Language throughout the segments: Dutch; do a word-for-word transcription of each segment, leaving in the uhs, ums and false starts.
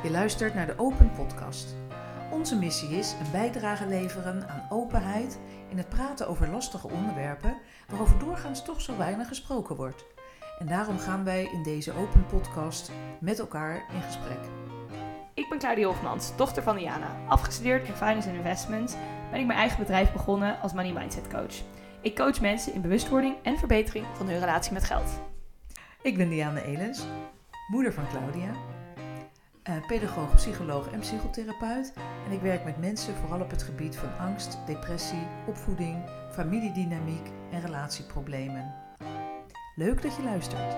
Je luistert naar de Open Podcast. Onze missie is een bijdrage leveren aan openheid in het praten over lastige onderwerpen waarover doorgaans toch zo weinig gesproken wordt. En daarom gaan wij in deze Open Podcast met elkaar in gesprek. Ik ben Claudia Hofmans, dochter van Diana. Afgestudeerd in Finance and Investments ben ik mijn eigen bedrijf begonnen als Money Mindset Coach. Ik coach mensen in bewustwording en verbetering van hun relatie met geld. Ik ben Diana Elens, moeder van Claudia, uh, pedagoog, psycholoog en psychotherapeut. En ik werk met mensen vooral op het gebied van angst, depressie, opvoeding, familiedynamiek en relatieproblemen. Leuk dat je luistert.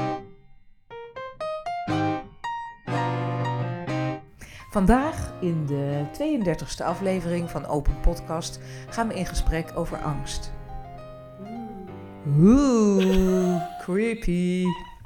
Vandaag in de tweeëndertigste aflevering van Open Podcast gaan we in gesprek over angst. Oeh, creepy.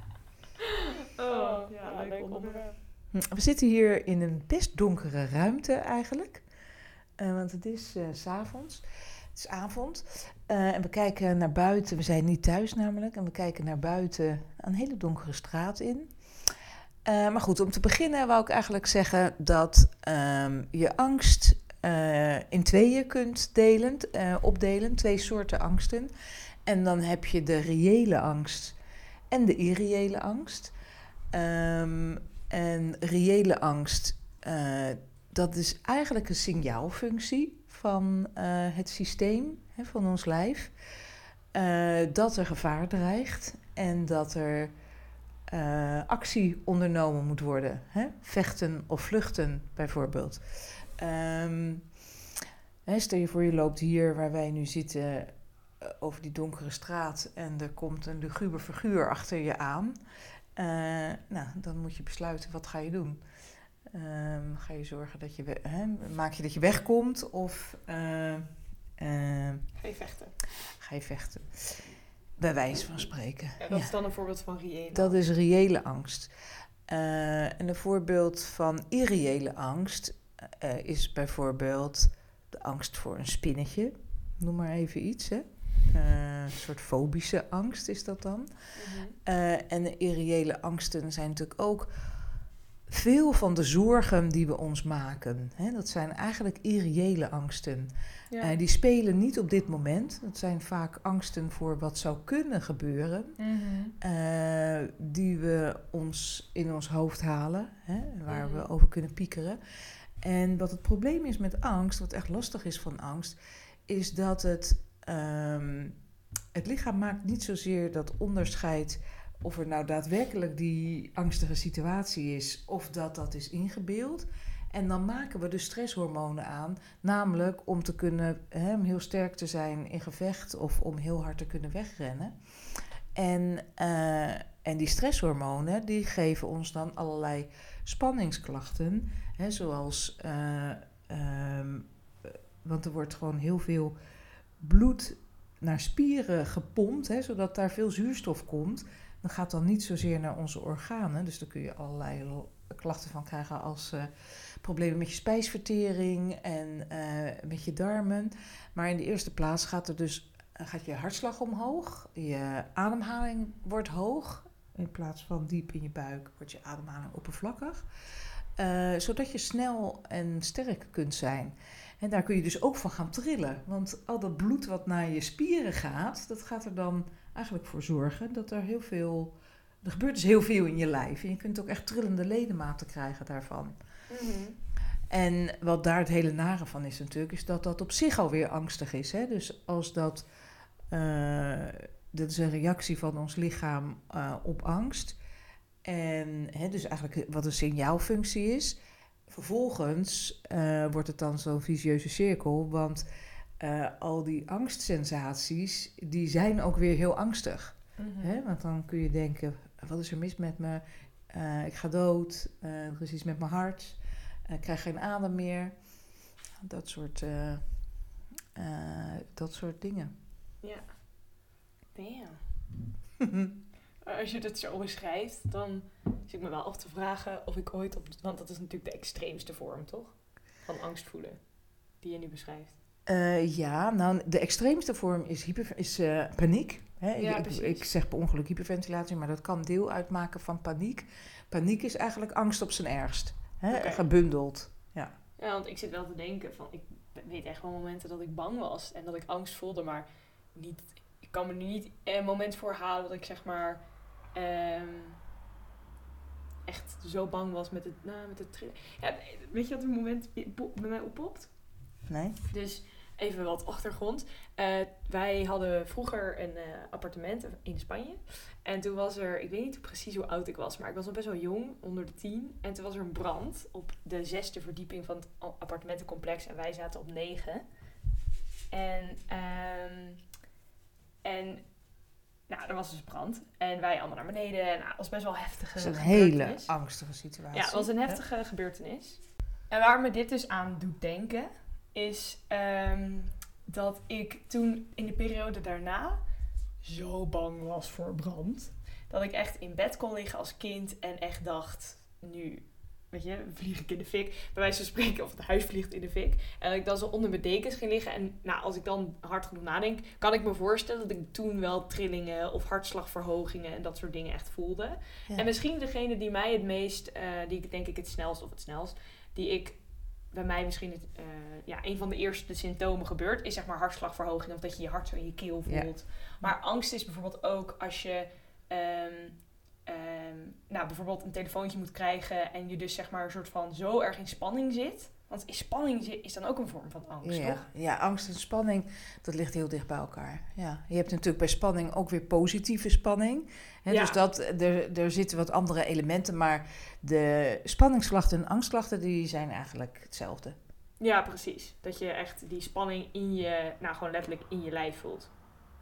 Oh, ja, leuk onderwerp. We zitten hier in een best donkere ruimte eigenlijk. Uh, want het is uh, 's avonds. Het is avond. Uh, en we kijken naar buiten. We zijn niet thuis namelijk. En we kijken naar buiten een hele donkere straat in. Uh, maar goed, om te beginnen wou ik eigenlijk zeggen dat um, je angst uh, in tweeën kunt delen, uh, opdelen. Twee soorten angsten. En dan heb je de reële angst en de irreële angst. Um, en reële angst, uh, dat is eigenlijk een signaalfunctie van uh, het systeem, hè, van ons lijf. Uh, dat er gevaar dreigt en dat er uh, actie ondernomen moet worden. Hè? Vechten of vluchten bijvoorbeeld. Um, hè, stel je voor je loopt hier waar wij nu zitten over die donkere straat en er komt een luguber figuur achter je aan. Uh, nou, dan moet je besluiten, wat ga je doen? Um, ga je zorgen dat je, we- hè, maak je dat je wegkomt of uh, uh, Ga je vechten? ga je vechten? Bij wijze van spreken. Ja, dat Ja. is dan een voorbeeld van reële. Dat is reële angst. Uh, en een voorbeeld van irreële angst uh, is bijvoorbeeld de angst voor een spinnetje. Noem maar even iets, hè. Uh, een soort fobische angst is dat dan. Mm-hmm. Uh, en de irreële angsten zijn natuurlijk ook veel van de zorgen die we ons maken. Hè? Dat zijn eigenlijk irreële angsten. Ja. Uh, die spelen niet op dit moment. Dat zijn vaak angsten voor wat zou kunnen gebeuren. Mm-hmm. Uh, die we ons in ons hoofd halen. Hè? Waar Mm-hmm. we over kunnen piekeren. En wat het probleem is met angst, wat echt lastig is van angst, is dat het... Um, het lichaam maakt niet zozeer dat onderscheid of er nou daadwerkelijk die angstige situatie is of dat dat is ingebeeld. En dan maken we de stresshormonen aan, namelijk om te kunnen, hè, om heel sterk te zijn in gevecht of om heel hard te kunnen wegrennen. En, uh, en die stresshormonen die geven ons dan allerlei spanningsklachten, hè, zoals, uh, um, want er wordt gewoon heel veel bloed naar spieren gepompt, hè, zodat daar veel zuurstof komt. Dat gaat dan niet zozeer naar onze organen. Dus daar kun je allerlei klachten van krijgen als uh, problemen met je spijsvertering en uh, met je darmen. Maar in de eerste plaats gaat, er dus, gaat je hartslag omhoog. Je ademhaling wordt hoog. In plaats van diep in je buik wordt je ademhaling oppervlakkig. Uh, zodat je snel en sterk kunt zijn. En daar kun je dus ook van gaan trillen. Want al dat bloed wat naar je spieren gaat, dat gaat er dan eigenlijk voor zorgen dat er heel veel... Er gebeurt dus heel veel in je lijf. En je kunt ook echt trillende ledematen krijgen daarvan. Mm-hmm. En wat daar het hele nare van is natuurlijk, is dat dat op zich alweer angstig is. Hè? Dus als dat... Uh, dat is een reactie van ons lichaam uh, op angst. En hè, dus eigenlijk wat een signaalfunctie is. Vervolgens uh, wordt het dan zo'n vicieuze cirkel, want uh, al die angstsensaties, die zijn ook weer heel angstig. Mm-hmm. Hè? Want dan kun je denken, wat is er mis met me? Uh, ik ga dood, uh, er is iets met mijn hart, uh, ik krijg geen adem meer. Dat soort, uh, uh, dat soort dingen. Ja. Damn. Als je het zo beschrijft, dan zit ik me wel af te vragen of ik ooit op... Want dat is natuurlijk de extreemste vorm, toch? Van angst voelen, die je nu beschrijft. Uh, ja, nou, de extreemste vorm is, hyper, is uh, paniek. Hè? Ja, ik, ik, ik zeg per ongeluk hyperventilatie, maar dat kan deel uitmaken van paniek. Paniek is eigenlijk angst op zijn ergst. hè, Okay. gebundeld. Ja. Ja, want ik zit wel te denken van, ik weet echt wel momenten dat ik bang was en dat ik angst voelde, maar niet, ik kan me nu niet een moment voor halen dat ik zeg maar um, echt zo bang was met het, nou, met het trillen. Ja, weet je wat een moment bij mij oppopt? Nee? Dus even wat achtergrond. Uh, wij hadden vroeger een uh, appartement in Spanje. En toen was er, ik weet niet precies hoe oud ik was, maar ik was nog best wel jong, onder de tien. En toen was er een brand op de zesde verdieping van het appartementencomplex. En wij zaten op negen. En, um, en nou, er was dus brand. En wij allemaal naar beneden. Nou, het was best wel heftige Dat is een gebeurtenis. hele angstige situatie. Ja, het was een heftige ja. gebeurtenis. En waar me dit dus aan doet denken, is um, dat ik toen in de periode daarna zo bang was voor brand. Dat ik echt in bed kon liggen als kind en echt dacht, nu, weet je, vlieg ik in de fik. Bij wijze van spreken, of het huis vliegt in de fik. En dat ik dan zo onder mijn dekens ging liggen. En nou, als ik dan hard genoeg nadenk, kan ik me voorstellen dat ik toen wel trillingen of hartslagverhogingen en dat soort dingen echt voelde. Ja. En misschien degene die mij het meest, uh, die ik denk ik het snelst of het snelst, die ik bij mij misschien het, uh, ja, een van de eerste symptomen gebeurt, is zeg maar hartslagverhoging of dat je je hart zo in je keel voelt. Ja. Maar angst is bijvoorbeeld ook als je um, um, nou, bijvoorbeeld een telefoontje moet krijgen en je dus zeg maar een soort van zo erg in spanning zit. Want in spanning is dan ook een vorm van angst, ja, toch? Ja, angst en spanning, dat ligt heel dicht bij elkaar. Ja. Je hebt natuurlijk bij spanning ook weer positieve spanning. He, ja. Dus dat, er, er zitten wat andere elementen, maar de spanningsklachten en angstklachten, die zijn eigenlijk hetzelfde. Ja, precies. Dat je echt die spanning in je, nou gewoon letterlijk in je lijf voelt.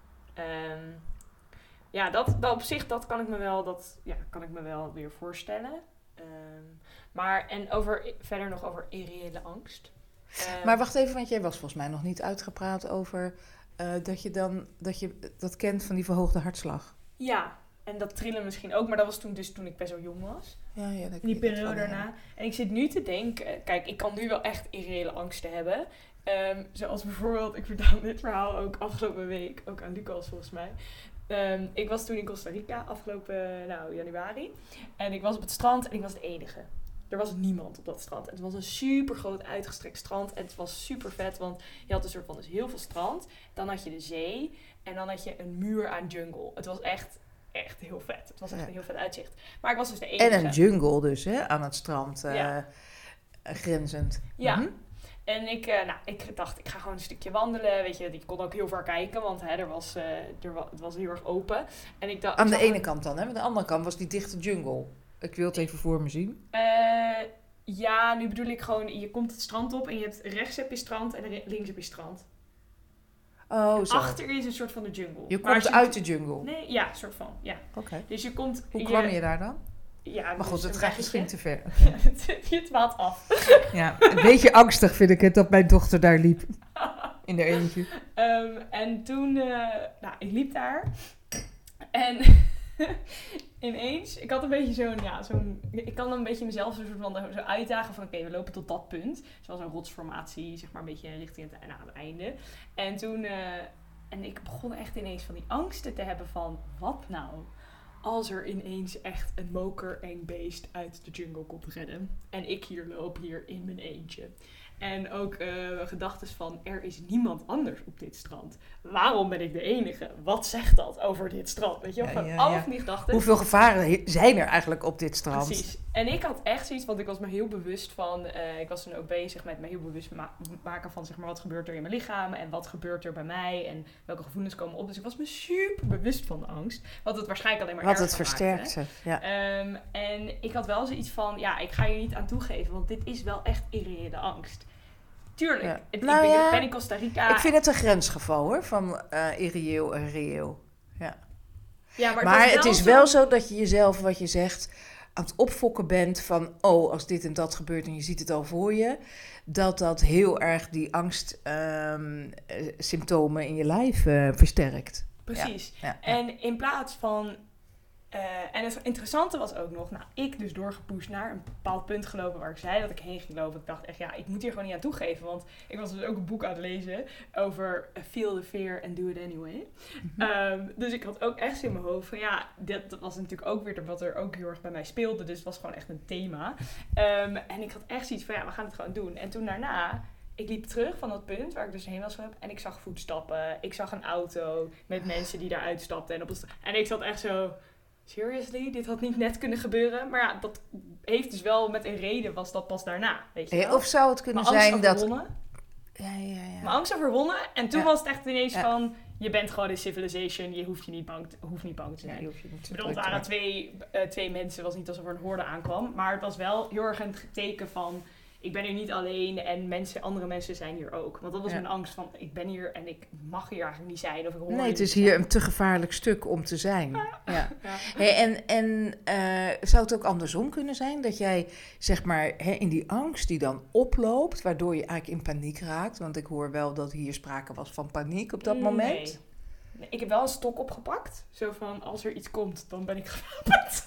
Um, ja, dat, dat op zich, dat kan ik me wel, dat, ja, kan ik me wel weer voorstellen. Um, maar, en over, verder nog over irreële angst. Um, maar wacht even, want jij was volgens mij nog niet uitgepraat over uh, dat je dan, dat je dat kent van die verhoogde hartslag. Ja, en dat trillen misschien ook, maar dat was toen dus toen ik best wel jong was. Ja, ja, dat in die periode daarna. Ja. En ik zit nu te denken, kijk, ik kan nu wel echt irreële angsten hebben. Um, zoals bijvoorbeeld, ik vertel dit verhaal ook afgelopen week, ook aan Lucas volgens mij. Um, ik was toen in Costa Rica afgelopen nou, januari. En ik was op het strand en ik was de enige. Er was niemand op dat strand. En het was een super groot uitgestrekt strand. En het was super vet, want je had een soort van dus heel veel strand. Dan had je de zee. En dan had je een muur aan jungle. Het was echt, echt heel vet. Het was echt ja. een heel vet uitzicht. Maar ik was dus de enige. En een jungle dus, hè? Aan het strand uh, ja. grenzend. Ja. Mm-hmm. En ik, uh, nou, ik dacht, ik ga gewoon een stukje wandelen. Weet je, ik kon ook heel ver kijken, want hè, er was, uh, er was, het was heel erg open. En ik dacht, aan ik de ene een... kant dan, hè? Aan de andere kant was die dichte jungle. Ik wil het even voor me zien. Uh, ja, nu bedoel ik gewoon, je komt het strand op en je hebt rechts heb je strand en links heb je strand. Oh, zo. Achter is een soort van de jungle. Je komt je... uit de jungle? Nee, ja, soort van, ja. Oké. Okay. Dus je komt... Hoe je... kwam je daar dan? Ja, maar goed, het gaat misschien te ver. Okay. Je dwaalt af. Ja, een beetje angstig vind ik het dat mijn dochter daar liep. In de eentje. Um, en toen, uh, nou, ik liep daar. En ineens, ik had een beetje zo'n, ja, zo'n... Ik kan dan een beetje mezelf zo, van, zo uitdagen van, oké, okay, we lopen tot dat punt. Zoals een rotsformatie, zeg maar een beetje richting het, nou, het einde. En toen, uh, en ik begon echt ineens van die angsten te hebben van, wat nou? Als er ineens echt een mokereng beest uit de jungle komt redden. En ik hier loop hier in mijn eentje. En ook uh, gedachten van, er is niemand anders op dit strand. Waarom ben ik de enige? Wat zegt dat over dit strand? Weet je wel, ja, van ja, alle ja. van die gedachten. Hoeveel gevaren zijn er eigenlijk op dit strand? Precies. En ik had echt zoiets, want ik was me heel bewust van... Uh, ik was toen ook bezig met me heel bewust ma- maken van, zeg maar, wat gebeurt er in mijn lichaam? En wat gebeurt er bij mij? En welke gevoelens komen op? Dus ik was me super bewust van de angst. Wat het waarschijnlijk alleen maar Wat erger het versterkte, ja. Um, en ik had wel zoiets van, ja, ik ga hier niet aan toegeven. Want dit is wel echt irreële angst. Tuurlijk. Ja. Het, nou, ik ben, ja, ben in Costa Rica. Ik vind het een grensgeval, hoor. Van uh, irreëel en reëel. Ja. Ja, maar maar het, het is zo... wel zo dat je jezelf, wat je zegt, aan het opfokken bent van, oh, als dit en dat gebeurt en je ziet het al voor je, dat dat heel erg die angstsymptomen um, in je lijf uh, versterkt. Precies. Ja, ja, ja. En in plaats van Uh, en het interessante was ook nog, nou, ik dus doorgepusht naar een bepaald punt gelopen waar ik zei dat ik heen ging lopen. Ik dacht echt, ja, ik moet hier gewoon niet aan toegeven. Want ik was dus ook een boek aan het lezen over feel the fear and do it anyway. Mm-hmm. Um, dus ik had ook echt in mijn hoofd van, ja, dit, dat was natuurlijk ook weer wat er ook heel erg bij mij speelde. Dus het was gewoon echt een thema. Um, en ik had echt zoiets van, ja, we gaan het gewoon doen. En toen daarna... Ik liep terug van dat punt waar ik dus heen was gelopen en ik zag voetstappen. Ik zag een auto met mensen die daar uitstapten. En, op het, en ik zat echt zo, seriously? Dit had niet net kunnen gebeuren? Maar ja, dat heeft dus wel met een reden, was dat pas daarna. Weet je wel? Of zou het kunnen zijn dat... Ja, ja, ja. Mijn angst overwonnen. En toen ja. was het echt ineens ja. van, je bent gewoon een civilization. Je hoeft je niet bang te, hoeft niet bang te zijn. Ja, je niet ik bedoel, het waren twee, uh, twee mensen. Het was niet alsof er een horde aankwam. Maar het was wel heel erg een teken van... Ik ben hier niet alleen en mensen, andere mensen zijn hier ook. Want dat was ja. mijn angst van, ik ben hier en ik mag hier eigenlijk niet zijn. Of ik hoor nee, het is hier zijn. Een te gevaarlijk stuk om te zijn. Ja. Ja. Ja. Hey, en en uh, zou het ook andersom kunnen zijn? Dat jij, zeg maar, he, in die angst die dan oploopt, waardoor je eigenlijk in paniek raakt. Want ik hoor wel dat hier sprake was van paniek op dat nee. moment. Nee, ik heb wel een stok opgepakt. Zo van, als er iets komt, dan ben ik gewapend.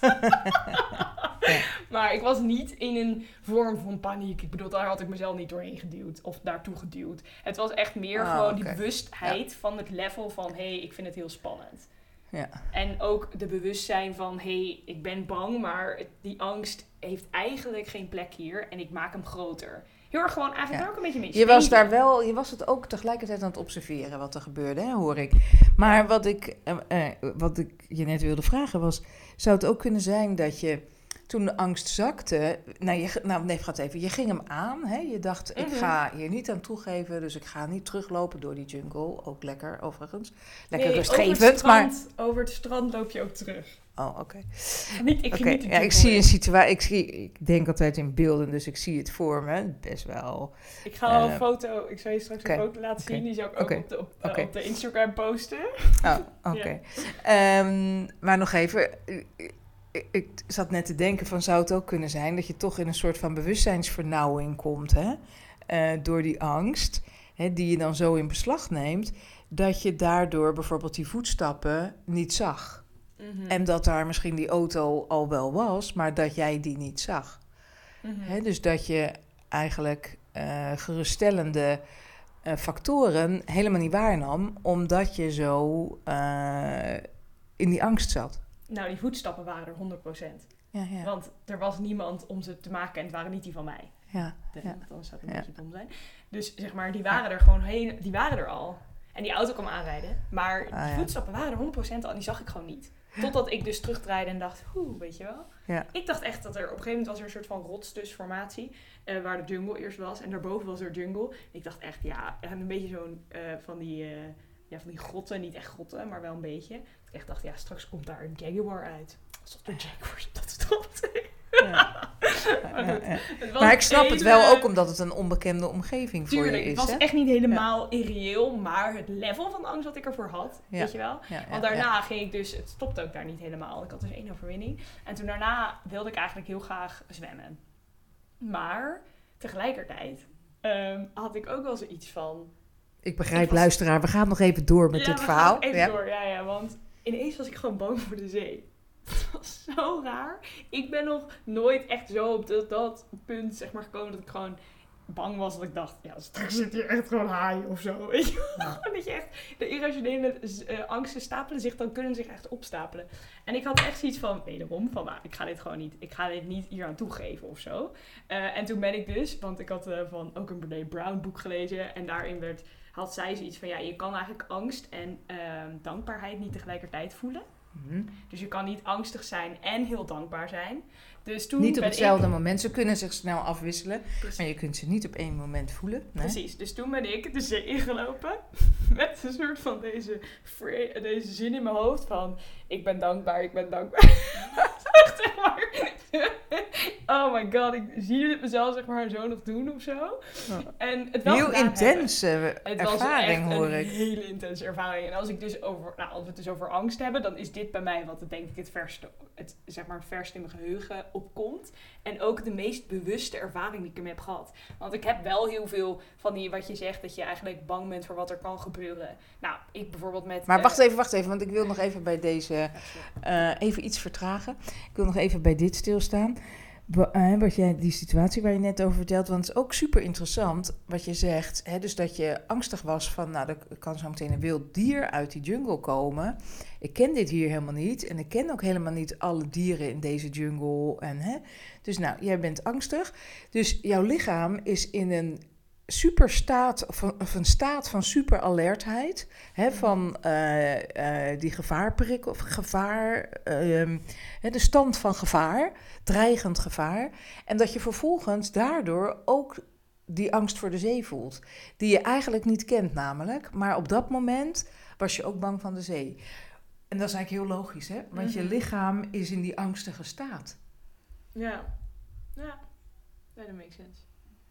ja. Maar ik was niet in een vorm van paniek. Ik bedoel, daar had ik mezelf niet doorheen geduwd. Of daartoe geduwd. Het was echt meer oh, gewoon okay. die bewustheid ja. van het level van... Hé, hey, ik vind het heel spannend. Ja. En ook de bewustzijn van... Hé, hey, ik ben bang, maar die angst heeft eigenlijk geen plek hier. En ik maak hem groter. Heel erg gewoon eigenlijk ja. ook een beetje mee. Je was daar wel, je was het ook tegelijkertijd aan het observeren wat er gebeurde, hè, hoor ik. Maar wat ik, uh, uh, wat ik je net wilde vragen was, zou het ook kunnen zijn dat je toen de angst zakte, nou, je, nou nee, gaat even, je ging hem aan, hè? Je dacht, mm-hmm. ik ga hier niet aan toegeven, dus ik ga niet teruglopen door die jungle, ook lekker overigens, lekker nee, rustgevend, over het strand, maar over het strand loop je ook terug. Oh, oké. Okay. Ik, okay. ja, ik zie een situatie. Ik, zie, ik denk altijd in beelden, dus ik zie het voor me. Best wel. Ik ga al uh, een foto. Ik zal je straks okay. een foto laten okay. zien. Die zal ik ook okay. op, de, op, okay. uh, op de Instagram posten. Oh, oké. Okay. Ja. Um, maar nog even. Ik, ik zat net te denken van, zou het ook kunnen zijn dat je toch in een soort van bewustzijnsvernauwing komt, hè? Uh, door die angst, hè, die je dan zo in beslag neemt, dat je daardoor bijvoorbeeld die voetstappen niet zag. Mm-hmm. En dat daar misschien die auto al wel was, maar dat jij die niet zag. Mm-hmm. He, dus dat je eigenlijk uh, geruststellende uh, factoren helemaal niet waarnam, omdat je zo uh, in die angst zat. Nou, die voetstappen waren er honderd procent. Ja, ja. Want er was niemand om ze te maken en het waren niet die van mij. Ja, de, ja. Anders zou het een ja. beetje dom zijn. Dus zeg maar, die waren ja. er gewoon heen, die waren er al. En die auto kwam aanrijden. Maar ah, die voetstappen ja. waren er honderd procent al en die zag ik gewoon niet. Totdat ik dus terugdraaide en dacht, oeh, weet je wel. Ja. Ik dacht echt dat er, op een gegeven moment was er een soort van rotstusformatie. Uh, waar de jungle eerst was. En daarboven was er jungle. En ik dacht echt, ja, een beetje zo'n uh, van die, uh, ja, van die grotten. Niet echt grotten, maar wel een beetje. Ik echt dacht, ja, straks komt daar een jaguar uit. Alsof de jaguar dat stopt. Ja. maar, ja, ja. maar ik snap hele... het wel ook omdat het een onbekende omgeving voor Tuurlijk, je is. Het was hè? echt niet helemaal ja. irreëel, maar het level van angst dat ik ervoor had, ja. weet je wel. Ja, ja, Want daarna ja. ging ik dus, het stopte ook daar niet helemaal. Ik had dus één overwinning. En toen daarna wilde ik eigenlijk heel graag zwemmen. Maar tegelijkertijd um, had ik ook wel zoiets van... Ik begrijp, ik was... luisteraar, we gaan nog even door met ja, dit verhaal. Even ja, door, ja, ja. Want ineens was ik gewoon bang voor de zee. Dat was zo raar. Ik ben nog nooit echt zo op dat, dat punt zeg maar gekomen dat ik gewoon bang was. Dat ik dacht, ja, straks zit hier echt gewoon haaien of zo. Weet je? Ja. Dat je echt, de irrationele uh, angsten stapelen zich, dan kunnen zich echt opstapelen. En ik had echt zoiets van, wederom, van nou, ik ga dit gewoon niet, ik ga dit niet hier aan toegeven of zo. Uh, en toen ben ik dus, want ik had uh, van ook een Brené Brown boek gelezen en daarin werd, had zij zoiets van, ja, je kan eigenlijk angst en uh, dankbaarheid niet tegelijkertijd voelen. Mm-hmm. Dus je kan niet angstig zijn en heel dankbaar zijn. Dus toen niet op hetzelfde ik... moment. Ze kunnen zich snel afwisselen. Precies. Maar je kunt ze niet op één moment voelen. Nee? Precies. Dus toen ben ik de zee ingelopen. Met een soort van deze, deze zin in mijn hoofd van... Ik ben dankbaar, ik ben dankbaar. Echt, zeg maar... Oh my god, ik zie het mezelf zeg maar zo nog doen of zo. Ja. En het wel Heel gedaan intense hebben. Het was ervaring, echt hoor een ik. hele intense ervaring. En als ik dus over, nou, als we het dus over angst hebben, dan is dit bij mij wat het denk ik het verste, het zeg maar verst in mijn geheugen opkomt. En ook de meest bewuste ervaring die ik ermee heb gehad. Want ik heb wel heel veel van die, wat je zegt, dat je eigenlijk bang bent voor wat er kan gebeuren. Nou, ik bijvoorbeeld met... Maar uh, wacht even, wacht even, want ik wil nog even bij deze, uh, even iets vertragen. Ik wil nog even bij dit stilstaan. Wat jij, die situatie waar je net over vertelt, want het is ook super interessant wat je zegt. Hè, dus dat je angstig was van, nou, er kan zo meteen een wild dier uit die jungle komen. Ik ken dit hier helemaal niet en ik ken ook helemaal niet alle dieren in deze jungle. En, hè, dus nou, jij bent angstig. Dus jouw lichaam is in een super staat, of een, of een staat van super alertheid, hè, van uh, uh, die gevaarprik of gevaar, uh, de stand van gevaar, dreigend gevaar. En dat je vervolgens daardoor ook die angst voor de zee voelt, die je eigenlijk niet kent namelijk, maar op dat moment was je ook bang van de zee. En dat is eigenlijk heel logisch, hè? Want mm-hmm. je lichaam is in die angstige staat. Ja, ja, that makes sense.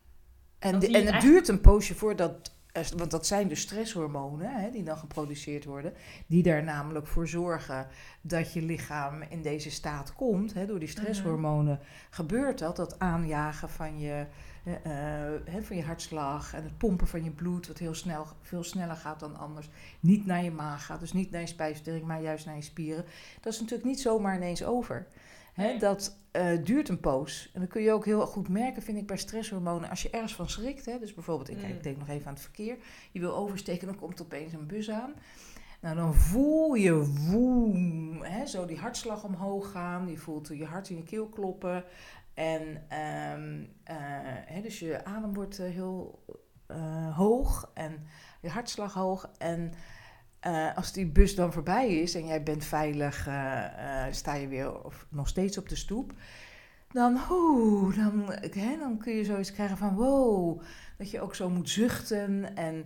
En, de, en het echt... duurt een poosje voordat, want dat zijn dus stresshormonen hè, die dan geproduceerd worden, die daar namelijk voor zorgen dat je lichaam in deze staat komt. Hè, door die stresshormonen uh-huh. gebeurt dat, dat aanjagen van je, uh, uh, van je hartslag en het pompen van je bloed, wat heel snel, veel sneller gaat dan anders. Niet naar je maag gaat, dus niet naar je spijsvertering, maar juist naar je spieren. Dat is natuurlijk niet zomaar ineens over. He, nee. Dat uh, duurt een poos. En dat kun je ook heel goed merken, vind ik, bij stresshormonen. Als je ergens van schrikt, hè, dus bijvoorbeeld, ik, mm. ik denk nog even aan het verkeer. Je wil oversteken, dan komt opeens een bus aan. Nou, dan voel je woem, hè, zo die hartslag omhoog gaan. Je voelt je hart in je keel kloppen. En um, uh, hè, dus je adem wordt uh, heel uh, hoog en je hartslag hoog. En Uh, als die bus dan voorbij is en jij bent veilig, uh, uh, sta je weer of nog steeds op de stoep, dan, oeh, dan, hè, dan kun je zoiets krijgen van wow, dat je ook zo moet zuchten. En,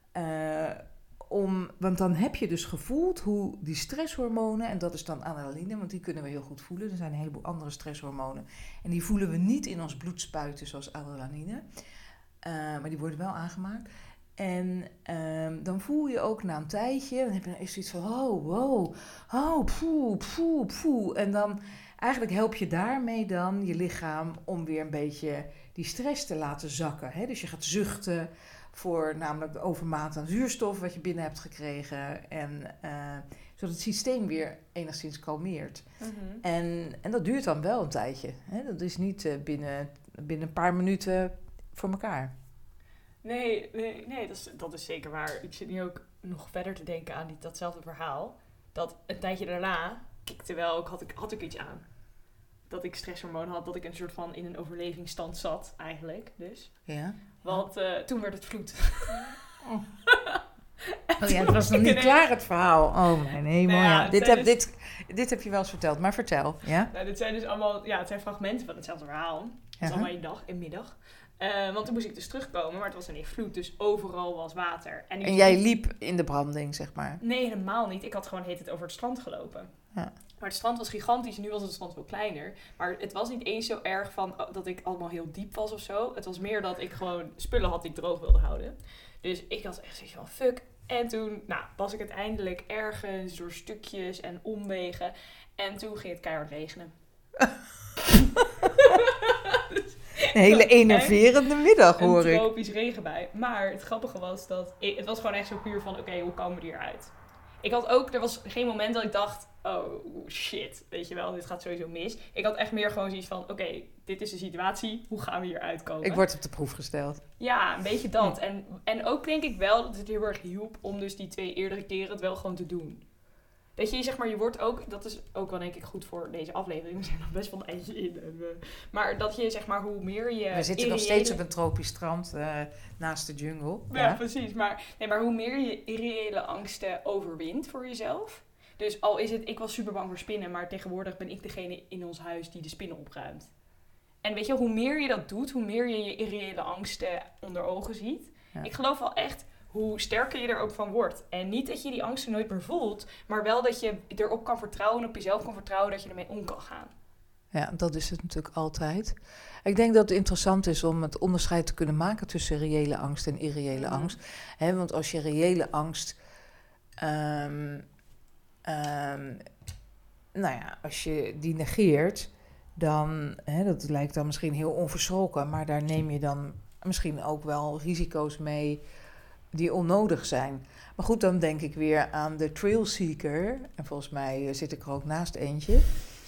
uh, om, want dan heb je dus gevoeld hoe die stresshormonen, en dat is dan adrenaline, want die kunnen we heel goed voelen. Er zijn een heleboel andere stresshormonen en die voelen we niet in ons bloed spuiten zoals adrenaline, uh, maar die worden wel aangemaakt. En um, dan voel je ook na een tijdje, dan heb je eerst zoiets van, oh, wow, oh, poeh, poeh, poeh. En dan eigenlijk help je daarmee dan je lichaam om weer een beetje die stress te laten zakken. Hè? Dus je gaat zuchten voor namelijk de overmaat aan zuurstof wat je binnen hebt gekregen. En uh, zodat het systeem weer enigszins kalmeert. Mm-hmm. En, en dat duurt dan wel een tijdje. Hè? Dat is niet uh, binnen, binnen een paar minuten voor elkaar. Nee, nee, nee dat, is, dat is zeker waar. Ik zit nu ook nog verder te denken aan die, datzelfde verhaal. Dat een tijdje daarna, ik, terwijl ik had, ik had ik iets aan. Dat ik stresshormoon had, dat ik een soort van in een overlevingsstand zat eigenlijk. Dus. Ja. Want uh, toen werd het vloed. Oh. Oh ja, het was nog niet ineens... klaar het verhaal. Oh mijn hemel, nou ja. ja. Dit, heb, dus... dit, dit heb je wel eens verteld, maar vertel. Ja? Nou, dit zijn dus allemaal, ja, het zijn fragmenten van hetzelfde verhaal. Het is uh-huh. allemaal in dag en middag. Uh, want toen moest ik dus terugkomen, maar het was ineens vloed, dus overal was water. En, en jij liep in de branding, zeg maar? Nee, helemaal niet. Ik had gewoon heet het over het strand gelopen. Ja. Maar het strand was gigantisch, nu was het strand veel kleiner. Maar het was niet eens zo erg van oh, dat ik allemaal heel diep was of zo. Het was meer dat ik gewoon spullen had die ik droog wilde houden. Dus ik had echt zoiets van fuck. En toen nou, was ik uiteindelijk ergens door stukjes en omwegen. En toen ging het keihard regenen. dus, een hele enerverende middag, hoor ik. Een tropisch regenbui. Maar het grappige was dat... Ik, het was gewoon echt zo puur van... Oké, okay, hoe komen we hieruit? Ik had ook... Er was geen moment dat ik dacht... Oh, shit. Weet je wel, dit gaat sowieso mis. Ik had echt meer gewoon zoiets van... Oké, okay, dit is de situatie. Hoe gaan we hieruit komen? Ik word op de proef gesteld. Ja, een beetje dat. Ja. En, en ook denk ik wel dat het heel erg hielp... om dus die twee eerdere keren het wel gewoon te doen. Dat je, zeg maar, je wordt ook... Dat is ook wel denk ik goed voor deze aflevering. We zijn nog best wel een eindje in. En we, maar dat je, zeg maar, hoe meer je... We zitten irreële... nog steeds op een tropisch strand uh, naast de jungle. Ja, ja, precies. Maar, nee, maar hoe meer je irreële angsten overwint voor jezelf... Dus al is het... Ik was super bang voor spinnen, maar tegenwoordig ben ik degene in ons huis die de spinnen opruimt. En weet je, hoe meer je dat doet, hoe meer je je irreële angsten onder ogen ziet. Ja. Ik geloof wel echt... hoe sterker je er ook van wordt. En niet dat je die angsten nooit meer voelt, maar wel dat je erop kan vertrouwen, op jezelf kan vertrouwen, dat je ermee om kan gaan. Ja, dat is het natuurlijk altijd. Ik denk dat het interessant is om het onderscheid te kunnen maken tussen reële angst en irreële Mhm. angst. Hè, want als je reële angst, ehm, ehm, nou ja, als je die negeert, dan, hè, dat lijkt dan misschien heel onverschrokken, maar daar neem je dan misschien ook wel risico's mee die onnodig zijn. Maar goed, dan denk ik weer aan de trailseeker. En volgens mij eh, zit ik er ook naast eentje.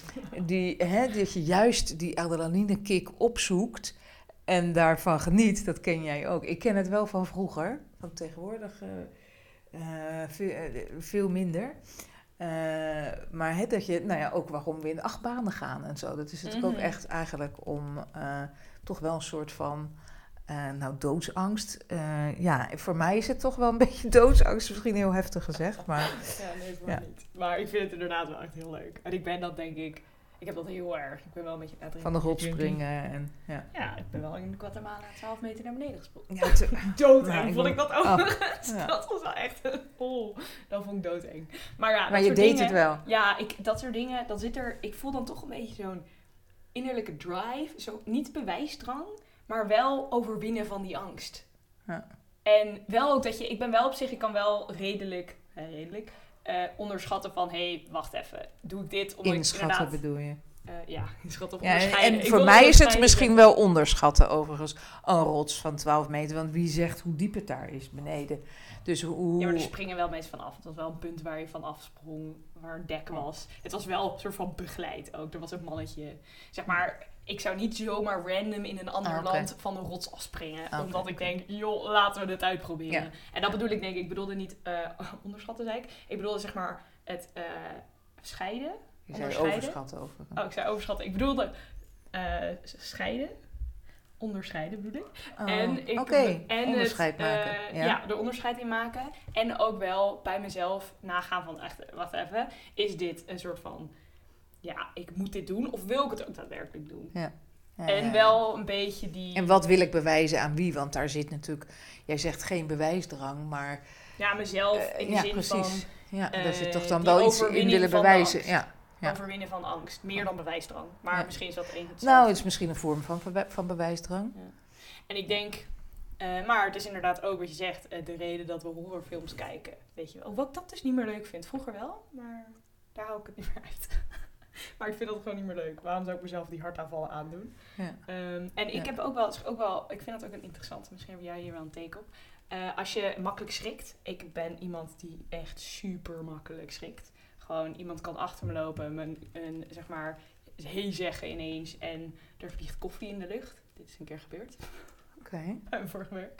Die, hè, dat je juist die adrenaline kick opzoekt en daarvan geniet. Dat ken jij ook. Ik ken het wel van vroeger. Van tegenwoordig uh, uh, veel, uh, veel minder. Uh, maar hè, dat je, nou ja, ook waarom we in achtbanen gaan en zo. Dat is natuurlijk Mhm. ook echt eigenlijk om uh, toch wel een soort van... Uh, nou, doodsangst. Uh, ja, voor mij is het toch wel een beetje doodsangst. Misschien heel heftig gezegd, maar... Ja, nee, voor ja. mij niet. Maar ik vind het inderdaad wel echt heel leuk. En ik ben dat denk ik... Ik heb dat heel erg. Ik ben wel een beetje... Van de rots springen en... Ja. ja, ik ben wel in Guatemala twaalf meter naar beneden gesprongen. Ja, te... doodeng nou, ik vond ik dat ook. Oh, ja. Dat was wel echt... Oh, dat vond ik doodeng. Maar ja, maar dat je soort deed dingen, het wel. Ja, ik, dat soort dingen... Dan zit er... Ik voel dan toch een beetje zo'n innerlijke drive. Zo, niet bewijsdrang... Maar wel overwinnen van die angst. Ja. En wel ook dat je... Ik ben wel op zich... Ik kan wel redelijk... Eh, redelijk... Uh, onderschatten van... Hé, hey, wacht even. Doe ik dit? Omdat inschatten ik inderdaad, bedoel je? Uh, ja, inschatten of ja, onderscheiden. en ik voor mij is het misschien zeggen. wel onderschatten overigens. Een rots van twaalf meter. Want wie zegt hoe diep het daar is beneden? Dus hoe... Ja, maar er springen wel mensen vanaf. Het was wel een punt waar je van afsprong. Waar een dek was. Het was wel een soort van begeleid ook. Er was een mannetje. Zeg maar... Ik zou niet zomaar random in een ander ah, okay. land van een rots afspringen. Okay, omdat ik okay. denk, joh, laten we dit uitproberen. Ja. En dat bedoel ik denk ik. Ik bedoelde niet uh, onderschatten, zei ik. Ik bedoelde zeg maar het uh, scheiden. Je zei overschatten over. Oh, ik zei overschatten. Ik bedoelde uh, scheiden. Onderscheiden bedoel ik. Oh, en Oké, okay. onderscheid het, maken. Uh, ja. ja, er onderscheid in maken. En ook wel bij mezelf nagaan van, echt, wacht even. Is dit een soort van... Ja, ik moet dit doen. Of wil ik het ook daadwerkelijk doen? Ja. Ja, en ja, wel een beetje die... En wat wil ik bewijzen aan wie? Want daar zit natuurlijk... Jij zegt geen bewijsdrang, maar... Ja, mezelf in de uh, zin ja, precies. van... Ja, uh, daar zit toch dan wel iets in willen bewijzen. Ja. Ja. Overwinnen van angst. Meer dan bewijsdrang. Maar ja. misschien is dat één hetzelfde. Nou, het is misschien een vorm van, van bewijsdrang. Ja. En ik denk... Uh, maar het is inderdaad ook wat je zegt. Uh, de reden dat we horrorfilms kijken. Weet je wel. Wat ik dat dus niet meer leuk vind. Vroeger wel, maar daar hou ik het niet meer uit. Maar ik vind dat gewoon niet meer leuk. Waarom zou ik mezelf die hartaanvallen aandoen? Ja. Um, en ik ja. heb ook wel, ook wel... Ik vind dat ook een interessante. Misschien heb jij hier wel een teken op. Uh, als je makkelijk schrikt. Ik ben iemand die echt super makkelijk schrikt. Gewoon iemand kan achter me lopen. Mijn, een, zeg maar... Hey zeggen ineens. En er vliegt koffie in de lucht. Dit is een keer gebeurd. Oké. Okay. Vorig werk.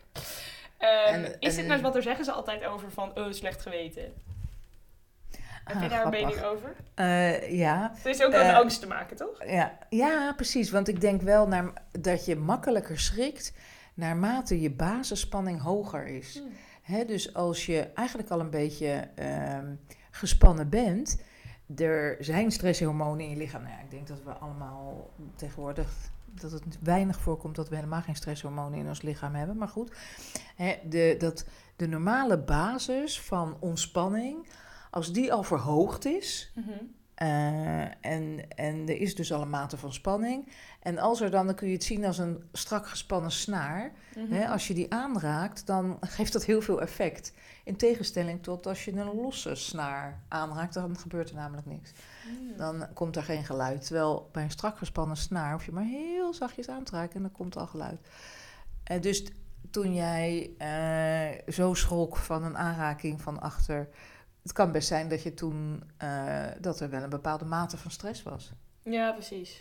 Um, en, is en, dit nou wat er zeggen ze altijd over van... Oh, slecht geweten. Heb je ah, daar grappig. Een mening over? Uh, ja. Het is ook wel uh, met angst te maken, toch? Ja. ja, precies. Want ik denk wel naar, dat je makkelijker schrikt... naarmate je basisspanning hoger is. Hmm. Hè, dus als je eigenlijk al een beetje uh, gespannen bent... Er zijn stresshormonen in je lichaam. Nou ja, ik denk dat we allemaal tegenwoordig... dat het weinig voorkomt dat we helemaal geen stresshormonen in ons lichaam hebben. Maar goed, hè, de, dat de normale basis van ontspanning... als die al verhoogd is... Mm-hmm. uh, en, en er is dus al een mate van spanning... en als er dan, dan kun je het zien als een strak gespannen snaar... Mm-hmm. Hè, als je die aanraakt, dan geeft dat heel veel effect... In tegenstelling tot als je een losse snaar aanraakt, dan gebeurt er namelijk niks. Mm. Dan komt er geen geluid. Terwijl bij een strak gespannen snaar hoef je maar heel zachtjes aan te raken en dan komt al geluid. En dus t- toen jij uh, zo schrok van een aanraking van achter... Het kan best zijn dat je toen uh, dat er wel een bepaalde mate van stress was. Ja, precies.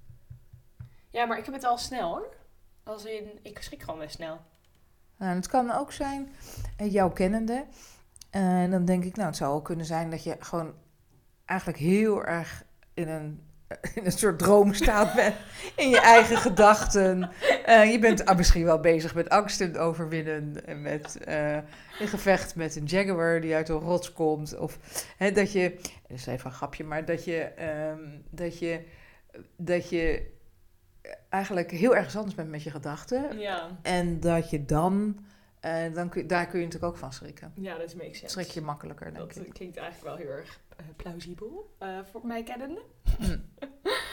Ja, maar ik heb het al snel hoor. Als in, ik schrik gewoon best snel. Nou, het kan ook zijn, uh, jouw kennende, en uh, dan denk ik, nou, het zou ook kunnen zijn dat je gewoon eigenlijk heel erg in een, in een soort droomstaat bent, in je eigen gedachten. Uh, je bent uh, misschien wel bezig met angsten overwinnen, en met uh, een gevecht met een jaguar die uit een rots komt. Of hè, dat je, dat is even een grapje, maar dat je, um, dat je, dat je eigenlijk heel erg anders bent met je gedachten. Ja. En dat je dan, uh, dan kun, daar kun je natuurlijk ook van schrikken. Ja, dat makes sense. Schrik je makkelijker, denk dat ik. klinkt eigenlijk wel heel erg uh, plausibel, uh, voor mij kennende. Mm.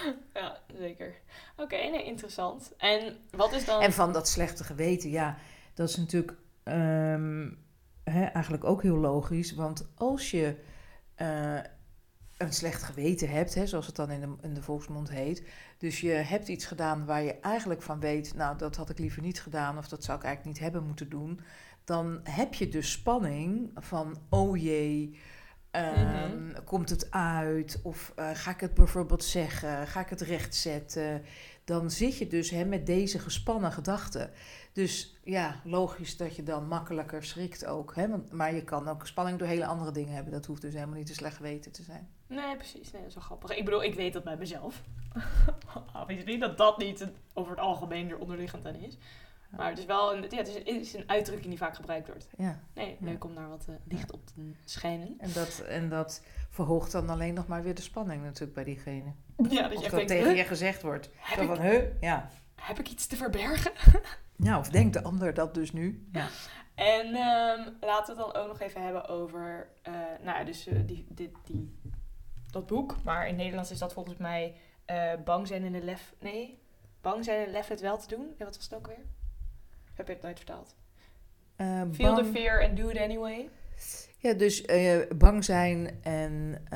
Ja, zeker. Oké, okay, nee, interessant. En wat is dan... En van dat slechte geweten, ja, dat is natuurlijk um, hè, eigenlijk ook heel logisch. Want als je uh, een slecht geweten hebt, hè, zoals het dan in de, in de volksmond heet. Dus je hebt iets gedaan waar je eigenlijk van weet, nou, dat had ik liever niet gedaan of dat zou ik eigenlijk niet hebben moeten doen. Dan heb je dus spanning van, oh jee, um, mm-hmm. komt het uit? Of uh, ga ik het bijvoorbeeld zeggen? Ga ik het rechtzetten? Dan zit je dus hè, met deze gespannen gedachten. Dus ja, logisch dat je dan makkelijker schrikt ook. Hè? Want, maar je kan ook spanning door hele andere dingen hebben. Dat hoeft dus helemaal niet een slecht geweten te zijn. Nee, precies. Nee, dat is wel grappig. Ik bedoel, ik weet dat bij mezelf. Obviously, dat dat niet over het algemeen er onderliggend aan is. Maar het is wel een, ja, het is, het is een uitdrukking die vaak gebruikt wordt. Ja. Nee, leuk ja. om daar wat uh, licht ja. op te schijnen. En dat, en dat verhoogt dan alleen nog maar weer de spanning natuurlijk bij diegene. Ja, dat of je dat denkt, tegen huh? je gezegd wordt. Heb Zo ik, van, huh? Ja. Heb ik iets te verbergen? Ja, of denkt de ander dat dus nu? Ja. En um, laten we het dan ook nog even hebben over, uh, nou ja, dus uh, die, die, die, dat boek. Maar in Nederlands is dat volgens mij uh, bang zijn en de lef, nee, bang zijn en lef het wel te doen. Ja, wat was het ook weer? Heb je het nooit vertaald? Uh, Feel bang... the fear and do it anyway. Ja, dus uh, bang zijn en,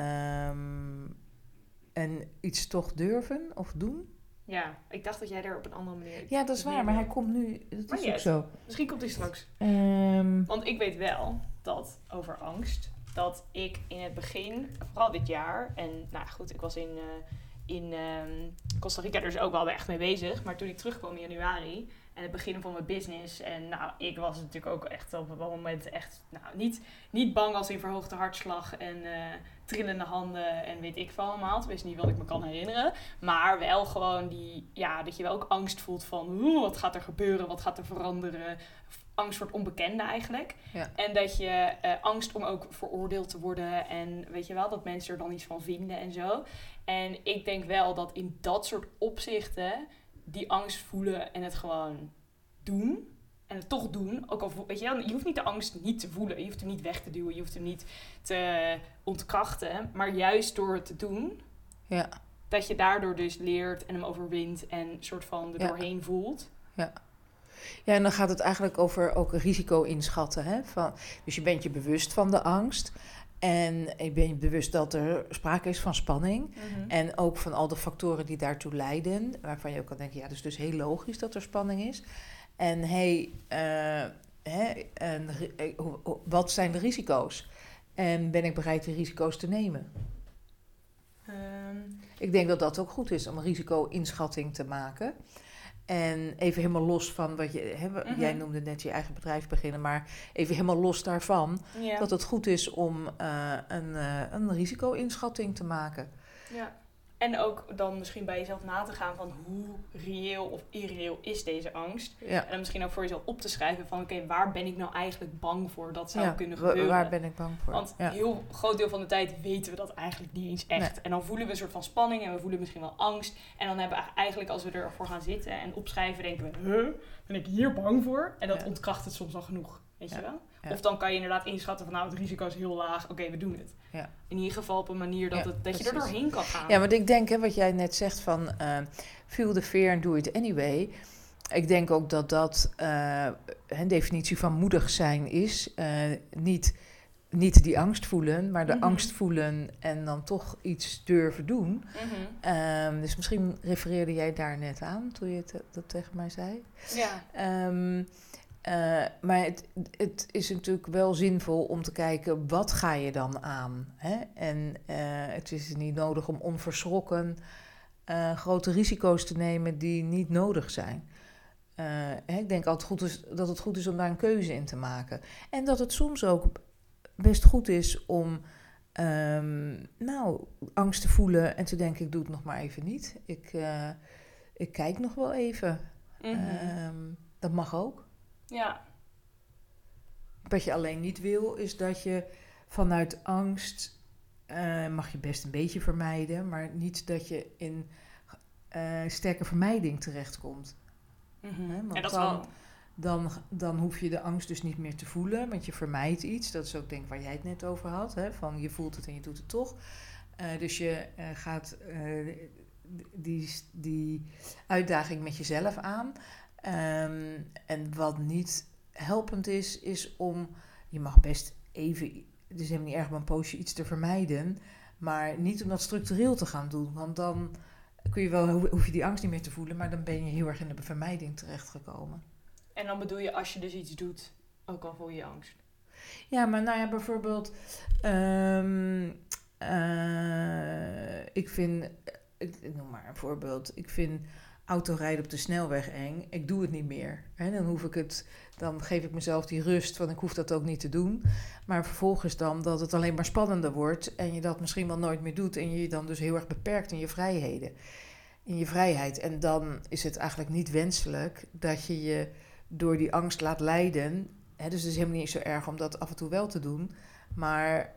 um, en iets toch durven of doen. Ja, ik dacht dat jij er op een andere manier... Ja, dat is waar, maar hij komt nu... Dat maar is ook yes. zo. Misschien komt hij straks. Um... Want ik weet wel dat over angst, dat ik in het begin, vooral dit jaar... En nou goed, ik was in, uh, in um, Costa Rica dus ook wel echt mee bezig. Maar toen ik terugkwam in januari... En het begin van mijn business. En nou, ik was natuurlijk ook echt op een moment echt... Nou, niet, niet bang als in verhoogde hartslag en uh, trillende handen en weet ik veel allemaal. Tenminste niet wat ik me kan herinneren. Maar wel gewoon die... Ja, dat je wel ook angst voelt van... Oeh, wat gaat er gebeuren? Wat gaat er veranderen? Angst voor het onbekende eigenlijk. Ja. En dat je uh, angst om ook veroordeeld te worden. En weet je wel, dat mensen er dan iets van vinden en zo. En ik denk wel dat in dat soort opzichten... die angst voelen en het gewoon doen. En het toch doen. Ook al, weet je wel, je hoeft niet de angst niet te voelen. Je hoeft hem niet weg te duwen. Je hoeft hem niet te ontkrachten. Maar juist door het te doen... Ja. Dat je daardoor dus leert en hem overwint en een soort van er ja. doorheen voelt. Ja. Ja, en dan gaat het eigenlijk over ook risico inschatten. Hè? Van, dus je bent je bewust van de angst... En je bent bewust dat er sprake is van spanning. Mm-hmm. En ook van al de factoren die daartoe leiden. Waarvan je ook kan denken, ja, dat is dus heel logisch dat er spanning is. En hey, uh, hè, en, uh, wat zijn de risico's? En ben ik bereid die risico's te nemen? Um. Ik denk dat dat ook goed is om een risico-inschatting te maken. En even helemaal los van wat je... Hè, mm-hmm. Jij noemde net je eigen bedrijf beginnen, maar even helemaal los daarvan... Ja. Dat het goed is om uh, een, uh, een risico-inschatting te maken. Ja. En ook dan misschien bij jezelf na te gaan van hoe reëel of irreëel is deze angst. Ja. En dan misschien ook voor jezelf op te schrijven van oké, okay, waar ben ik nou eigenlijk bang voor dat zou ja, kunnen gebeuren. Waar ben ik bang voor? Want ja. een heel groot deel van de tijd weten we dat eigenlijk niet eens echt. Nee. En dan voelen we een soort van spanning en we voelen misschien wel angst. En dan hebben we eigenlijk als we ervoor gaan zitten en opschrijven denken we, huh, ben ik hier bang voor? En dat ja. ontkracht het soms al genoeg, weet ja. je wel? Ja. Of dan kan je inderdaad inschatten van nou het risico is heel laag, oké okay, we doen het. Ja. In ieder geval op een manier dat, ja, het, dat je er precies. doorheen kan gaan. Ja, want ik denk, hè, wat jij net zegt van uh, feel the fear and do it anyway. Ik denk ook dat dat uh, een definitie van moedig zijn is. Uh, niet, niet die angst voelen, maar de mm-hmm. angst voelen en dan toch iets durven doen. Mm-hmm. Um, dus misschien refereerde jij daar net aan toen je het, dat tegen mij zei. Ja. Um, Uh, maar het, het is natuurlijk wel zinvol om te kijken, wat ga je dan aan? Hè? En uh, het is niet nodig om onverschrokken uh, grote risico's te nemen die niet nodig zijn. Uh, hè, ik denk altijd goed is, dat het goed is om daar een keuze in te maken. En dat het soms ook best goed is om um, nou, angst te voelen en te denken, ik doe het nog maar even niet. Ik, uh, ik kijk nog wel even. Mm-hmm. Um, dat mag ook. Ja. Wat je alleen niet wil, is dat je vanuit angst... Uh, mag je best een beetje vermijden... maar niet dat je in uh, sterke vermijding terechtkomt. Mm-hmm. Hè? Want ja, dat dan, wel. dan, dan hoef je de angst dus niet meer te voelen... want je vermijdt iets. Dat is ook denk ik waar jij het net over had. Hè? Van je voelt het en je doet het toch. Uh, dus je uh, gaat... Uh, die, die uitdaging met jezelf aan. Um, en wat niet helpend is, is om... Je mag best even... Het is helemaal niet erg om een poosje iets te vermijden. Maar niet om dat structureel te gaan doen. Want dan kun je wel, hoef je die angst niet meer te voelen. Maar dan ben je heel erg in de vermijding terechtgekomen. En dan bedoel je, als je dus iets doet, ook al voel je angst. Ja, maar nou ja, bijvoorbeeld... Um, uh, ik vind... Ik, ik noem maar een voorbeeld. Ik vind autorijden op de snelweg eng. Ik doe het niet meer. Hè? Dan hoef ik het... Dan geef ik mezelf die rust, want ik hoef dat ook niet te doen. Maar vervolgens dan dat het alleen maar spannender wordt... en je dat misschien wel nooit meer doet... en je je dan dus heel erg beperkt in je vrijheden. In je vrijheid. En dan is het eigenlijk niet wenselijk... dat je je door die angst laat leiden. Hè? Dus het is helemaal niet zo erg om dat af en toe wel te doen. Maar,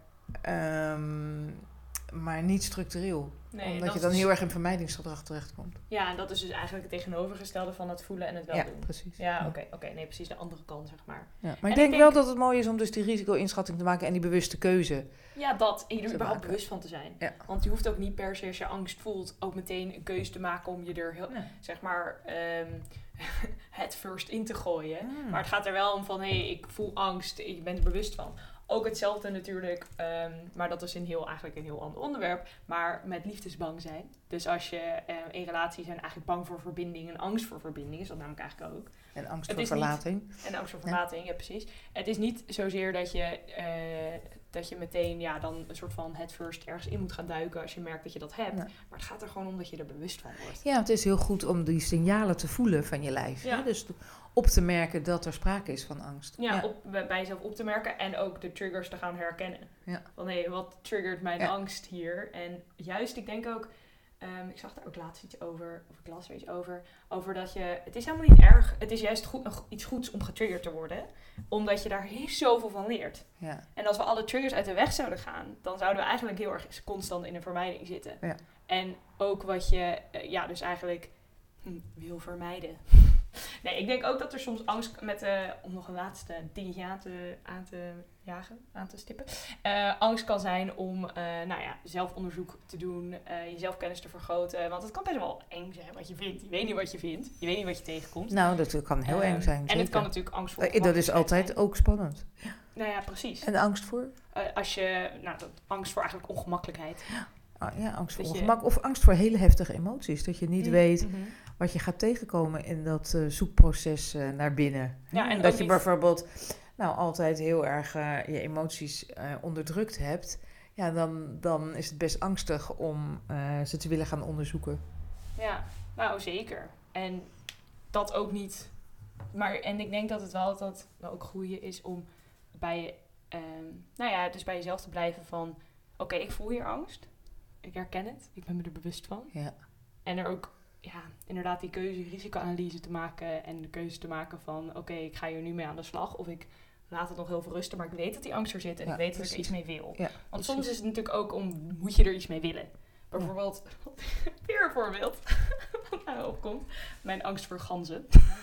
um, maar niet structureel. Nee, omdat je dan heel erg in vermijdingsgedrag terechtkomt. Ja, en dat is dus eigenlijk het tegenovergestelde van het voelen en het wel ja, doen. Precies. Ja, oké. Okay, okay, nee, precies de andere kant, zeg maar. Ja, maar ik denk, ik denk wel dat het mooi is om dus die risico-inschatting te maken en die bewuste keuze. Ja, dat. En je er überhaupt bewust van te zijn. Ja. Want je hoeft ook niet per se, als je angst voelt, ook meteen een keuze te maken om je er heel, nee. zeg maar, um, het first in te gooien. Hmm. Maar het gaat er wel om van, hé, hey, ik voel angst, je bent er bewust van. Ook hetzelfde natuurlijk, um, maar dat is een heel, eigenlijk een heel ander onderwerp, maar met liefdesbang zijn. Dus als je uh, in relatie zijn eigenlijk bang voor verbinding en angst voor verbinding, is dat namelijk eigenlijk ook. En angst voor verlating. Niet, en angst voor verlating, ja. ja precies. Het is niet zozeer dat je, uh, dat je meteen ja, dan een soort van head first ergens in moet gaan duiken als je merkt dat je dat hebt. Ja. Maar het gaat er gewoon om dat je er bewust van wordt. Ja, het is heel goed om die signalen te voelen van je lijf. Ja. Hè? Dus op te merken dat er sprake is van angst. Ja, ja. Op, bij jezelf op te merken en ook de triggers te gaan herkennen. Ja. Van hé, hey, wat triggert mijn ja. angst hier? En juist, ik denk ook, um, ik zag daar ook laatst iets over, of ik las er iets over, over dat je, het is helemaal niet erg, het is juist goed, iets goeds om getriggerd te worden, omdat je daar heel zoveel van leert. Ja. En als we alle triggers uit de weg zouden gaan, dan zouden we eigenlijk heel erg constant in een vermijding zitten. Ja. En ook wat je, uh, ja, dus eigenlijk hm, wil vermijden. Nee, ik denk ook dat er soms angst met, uh, om nog een laatste dingetje aan te, aan te jagen, aan te stippen. Uh, angst kan zijn om, uh, nou ja, zelfonderzoek te doen, uh, je zelfkennis te vergroten. Want het kan best wel eng zijn wat je vindt. Je weet niet wat je vindt. Je weet niet wat je tegenkomt. Nou, dat kan heel uh, eng zijn. En zeker. het kan natuurlijk angst voor. Uh, dat is altijd zijn. Ook spannend. Ja. Nou ja, precies. En de angst voor? Uh, als je, nou, dat, angst voor eigenlijk ongemakkelijkheid. Ja. Oh, ja, angst voor dat ongemak. Je... Of angst voor hele heftige emoties. Dat je niet mm-hmm. weet wat je gaat tegenkomen in dat uh, zoekproces uh, naar binnen. Ja, en dat je niet... bijvoorbeeld nou, altijd heel erg uh, je emoties uh, onderdrukt hebt. Ja, dan, dan is het best angstig om uh, ze te willen gaan onderzoeken. Ja, nou zeker. En dat ook niet. Maar en ik denk dat het wel altijd wel ook goeie is om bij, uh, nou ja, dus bij jezelf te blijven van, oké, okay, ik voel hier angst. Ik herken het. Ik ben me er bewust van. Ja. En er ook, ja, inderdaad die keuze, risicoanalyse te maken. En de keuze te maken van, oké, okay, ik ga hier nu mee aan de slag. Of ik laat het nog heel veel rusten. Maar ik weet dat die angst er zit. En ja, ik weet precies. Dat ik er iets mee wil. Ja, Want precies. Soms is het natuurlijk ook om, moet je er iets mee willen? Bijvoorbeeld, ja. weer een voorbeeld. Wat nou opkomt. Mijn angst voor ganzen.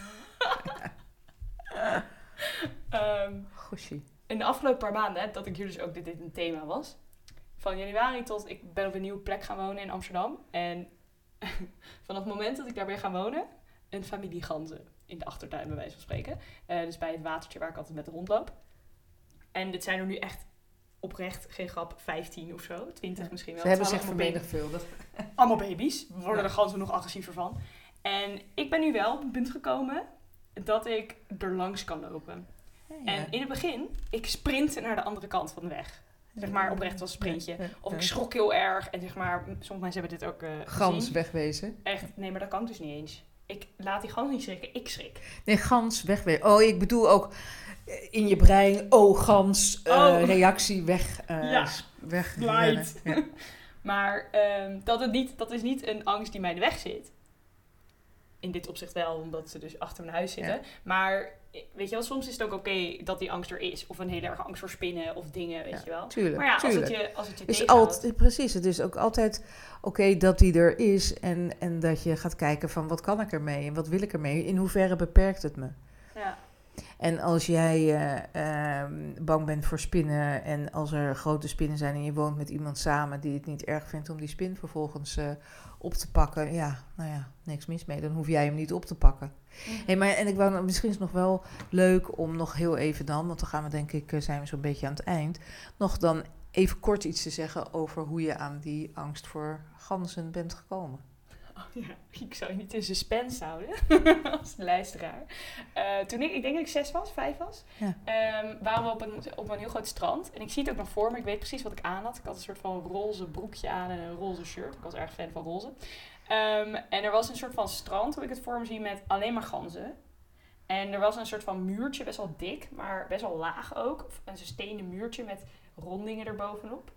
um, Goshie. In de afgelopen paar maanden, hè, dat ik hier dus ook dit, dit een thema was. Van januari tot, ik ben op een nieuwe plek gaan wonen in Amsterdam. En vanaf het moment dat ik daar ben gaan wonen, een familie ganzen in de achtertuin bij wijze van spreken. Uh, dus bij het watertje waar ik altijd met de hond loop. En dit zijn er nu echt oprecht, geen grap, vijftien of zo, twintig ja. misschien wel. Ze hebben zich vermenigvuldigd. Allemaal baby's, we worden ja. de ganzen nog agressiever van. En ik ben nu wel op een punt gekomen dat ik er langs kan lopen. Ja, ja. En in het begin, ik sprintte naar de andere kant van de weg. Zeg maar, oprecht was een sprintje. Ja, ja, ja. Of ik schrok heel erg. En zeg maar, sommige mensen hebben dit ook uh, Gans gezien. wegwezen. Echt, nee, maar dat kan ik dus niet eens. Ik laat die gans niet schrikken, ik schrik. Nee, gans wegwezen. Oh, ik bedoel ook in je brein, oh, gans, uh, oh. reactie, weg. Uh, ja, weg ja. Maar um, dat, het niet, dat is niet een angst die mij in de weg zit. In dit opzicht wel, omdat ze dus achter mijn huis zitten. Ja. Maar weet je wel, soms is het ook oké okay dat die angst er is. Of een hele erge angst voor spinnen of dingen, weet ja, je wel. Tuurlijk, maar ja, tuurlijk. als het je, als het je is tegenhoudt... Altijd, precies, het is ook altijd oké okay dat die er is. En, en dat je gaat kijken van wat kan ik ermee en wat wil ik ermee. In hoeverre beperkt het me. Ja. En als jij uh, uh, bang bent voor spinnen en als er grote spinnen zijn en je woont met iemand samen die het niet erg vindt om die spin vervolgens uh, op te pakken, ja, nou ja, niks mis mee. Dan hoef jij hem niet op te pakken. Mm-hmm. Hey, maar, en ik wou, misschien is het nog wel leuk om nog heel even dan, want dan gaan we denk ik, zijn we zo'n beetje aan het eind, nog dan even kort iets te zeggen over hoe je aan die angst voor ganzen bent gekomen. Oh ja, ik zou je niet in suspense houden als luisteraar. Uh, toen ik, ik denk dat ik zes was, vijf was, ja. um, waren we op een, op een heel groot strand. En ik zie het ook nog voor me, ik weet precies wat ik aan had. Ik had een soort van roze broekje aan en een roze shirt. Ik was erg fan van roze. Um, en er was een soort van strand, hoe ik het voor me zie, met alleen maar ganzen. En er was een soort van muurtje, best wel dik, maar best wel laag ook. Een stenen muurtje met rondingen erbovenop.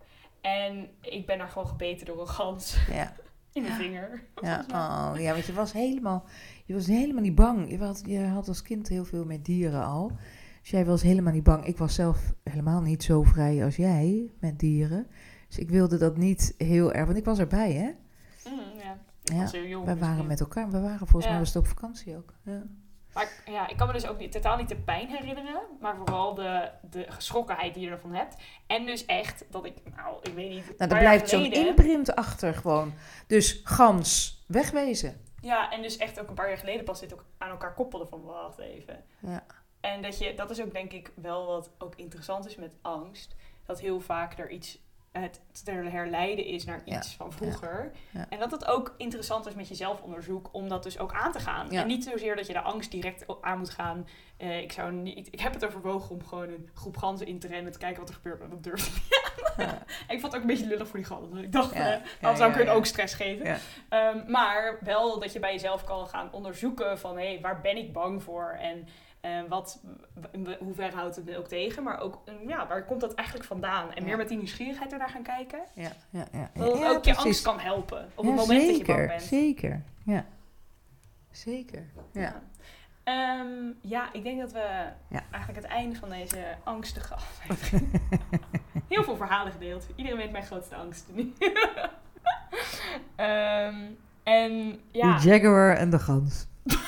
En ik ben daar gewoon gebeten door een gans. Ja. In de vinger. Ja, oh, ja, want je was helemaal, je was helemaal niet bang. Je had, je had als kind heel veel met dieren al. Dus jij was helemaal niet bang. Ik was zelf helemaal niet zo vrij als jij met dieren. Dus ik wilde dat niet heel erg, want ik was erbij, hè? Mm, ja, ik ja, was heel jong. We misschien. waren met elkaar. We waren volgens ja. mij was het ook vakantie ook. Ja. Maar ik, ja, ik kan me dus ook niet, totaal niet de pijn herinneren, maar vooral de, de geschrokkenheid die je ervan hebt. En dus echt dat ik, nou, ik weet niet... Nou, er blijft zo'n imprint achter gewoon. Dus gans, wegwezen. Ja, en dus echt ook een paar jaar geleden pas dit ook aan elkaar koppelde van, wacht even. Ja. En dat je, dat is ook denk ik wel wat ook interessant is met angst. Dat heel vaak er iets... het te herleiden is naar iets ja, van vroeger. Ja, ja. En dat het ook interessant is met je zelfonderzoek om dat dus ook aan te gaan. Ja. En niet zozeer dat je de angst direct aan moet gaan. Uh, ik, zou niet, ik heb het overwogen om gewoon een groep ganzen in te rennen, te kijken wat er gebeurt. Maar dat durfde ik niet. Ja. En ik vond het ook een beetje lullig voor die ganzen. Dus ik dacht, ja, uh, dan ja, zou ik hun ja, ja. ook stress geven. Ja. Um, maar wel dat je bij jezelf kan gaan onderzoeken van, hé, hey, waar ben ik bang voor? En Uh, wat, in hoeverre houdt het me ook tegen, maar ook, ja, waar komt dat eigenlijk vandaan? En ja. meer met die nieuwsgierigheid ernaar gaan kijken. Ja, ja, ja. Dat ja, ook ja, je angst kan helpen op ja, het moment zeker, dat je bang bent. Zeker, ja. Zeker, ja. Ja, um, ja ik denk dat we ja. eigenlijk het einde van deze angstige aflevering... Heel veel verhalen gedeeld. Iedereen weet mijn grootste angst nu. um, en ja... De jaguar en de gans.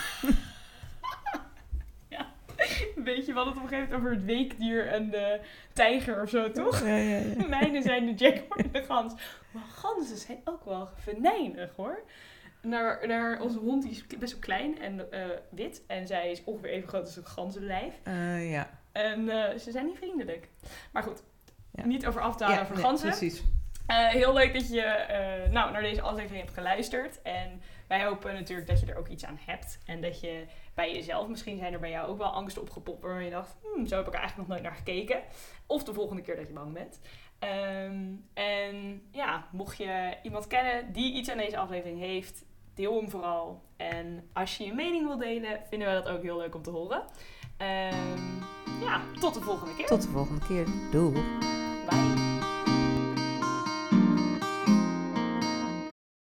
Weet je, we hadden het op een gegeven moment over het weekdier en de tijger of zo, toch? Ja, ja, ja. Mijne zijn de jaguar en de gans. Maar ganzen zijn ook wel venijnig, hoor. Naar, naar onze hond, die is best wel klein en uh, wit. En zij is ongeveer even groot als een ganzenlijf. Uh, ja. En uh, ze zijn niet vriendelijk. Maar goed, ja. niet over afdalen ja, over nee, ganzen. Precies. Uh, heel leuk dat je uh, nou, naar deze aflevering hebt geluisterd. En wij hopen natuurlijk dat je er ook iets aan hebt. En dat je bij jezelf, misschien zijn er bij jou ook wel angsten opgepopt waar je dacht, hmm, zo heb ik er eigenlijk nog nooit naar gekeken. Of de volgende keer dat je bang bent. Um, en ja, mocht je iemand kennen die iets aan deze aflevering heeft, deel hem vooral. En als je je mening wil delen, vinden we dat ook heel leuk om te horen. Um, ja, tot de volgende keer. Tot de volgende keer. Doei. Bye.